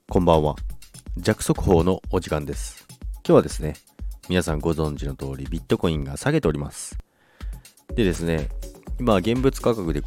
こんばんは。弱速報のお時間です。今日はですね、皆さんご存知の通りビットコインが下げております。でですね、今現物価格で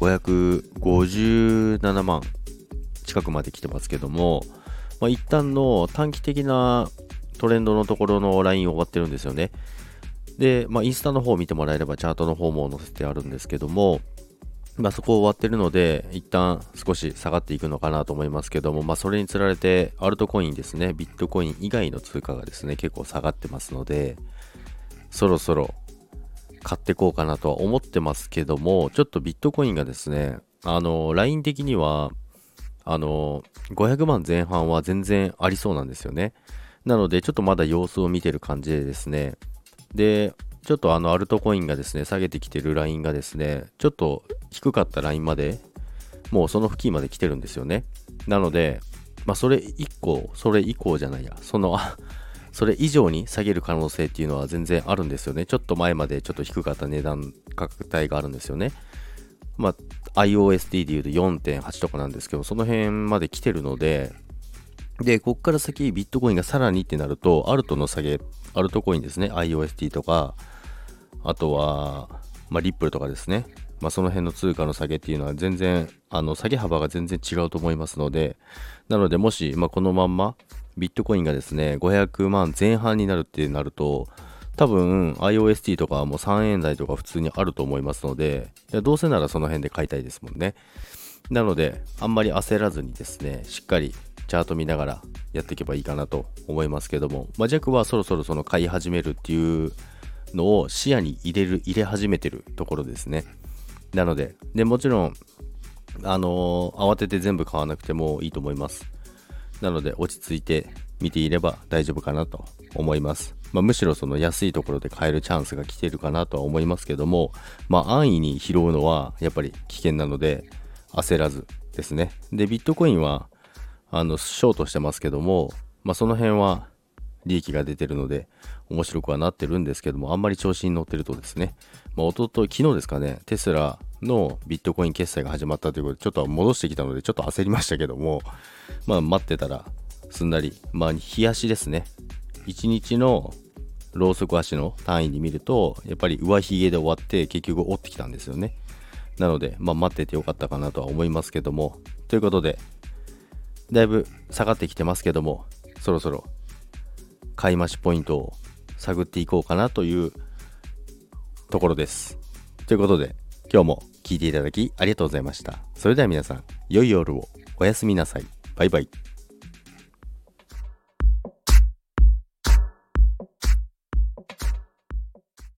557万近くまで来てますけども、一旦の短期的なトレンドのところのラインを終わってるんですよね。で、インスタの方を見てもらえればチャートの方も載せてあるんですけども、そこ終わってるので、一旦少し下がっていくのかなと思いますけども、それにつられて、アルトコインですね、ビットコイン以外の通貨がですね、結構下がってますので、そろそろ買ってこうかなとは思ってますけども、ちょっとビットコインがですね、ライン的には、500万前半は全然ありそうなんですよね。なので、ちょっとまだ様子を見てる感じでですね、で、ちょっとアルトコインがですね、下げてきてるラインがですね、ちょっと低かったラインまで、もうその付近まで来てるんですよね。なので、それ以降じゃないや、それ以上に下げる可能性っていうのは全然あるんですよね。ちょっと前までちょっと低かった値段価格帯があるんですよね。iOSD で言うと 4.8 とかなんですけど、その辺まで来てるので、で、こっから先ビットコインがさらにってなると、アルトの下げ、アルトコインですね、iOSD とか、あとは、リップルとかですね。その辺の通貨の下げっていうのは全然、下げ幅が全然違うと思いますので、なので、もし、このまんま、ビットコインがですね、500万前半になるってなると、多分、iOST とかはもう3円台とか普通にあると思いますので、どうせならその辺で買いたいですもんね。なので、あんまり焦らずにですね、しっかりチャート見ながらやっていけばいいかなと思いますけども、ジャックはそろそろその買い始めるっていうのを視野に入れ始めてるところですね。なので、もちろん、慌てて全部買わなくてもいいと思います。なので、落ち着いて見ていれば大丈夫かなと思います。むしろその安いところで買えるチャンスが来てるかなとは思いますけども、安易に拾うのはやっぱり危険なので、焦らずですね。で、ビットコインは、ショートしてますけども、その辺は利益が出てるので、面白くはなってるんですけども、あんまり調子に乗ってるとですね、昨日ですかね、テスラのビットコイン決済が始まったということで、ちょっと戻してきたので、ちょっと焦りましたけども、待ってたら、すんなり、日足ですね。1日のローソク足の単位で見ると、やっぱり上髭で終わって、結局折ってきたんですよね。なので、待っててよかったかなとは思いますけども、ということで、だいぶ下がってきてますけども、そろそろ買い増しポイントを探っていこうかなというところです。ということで、今日も聞いていただきありがとうございました。それでは皆さん、良い夜をおやすみなさい。バイバイ。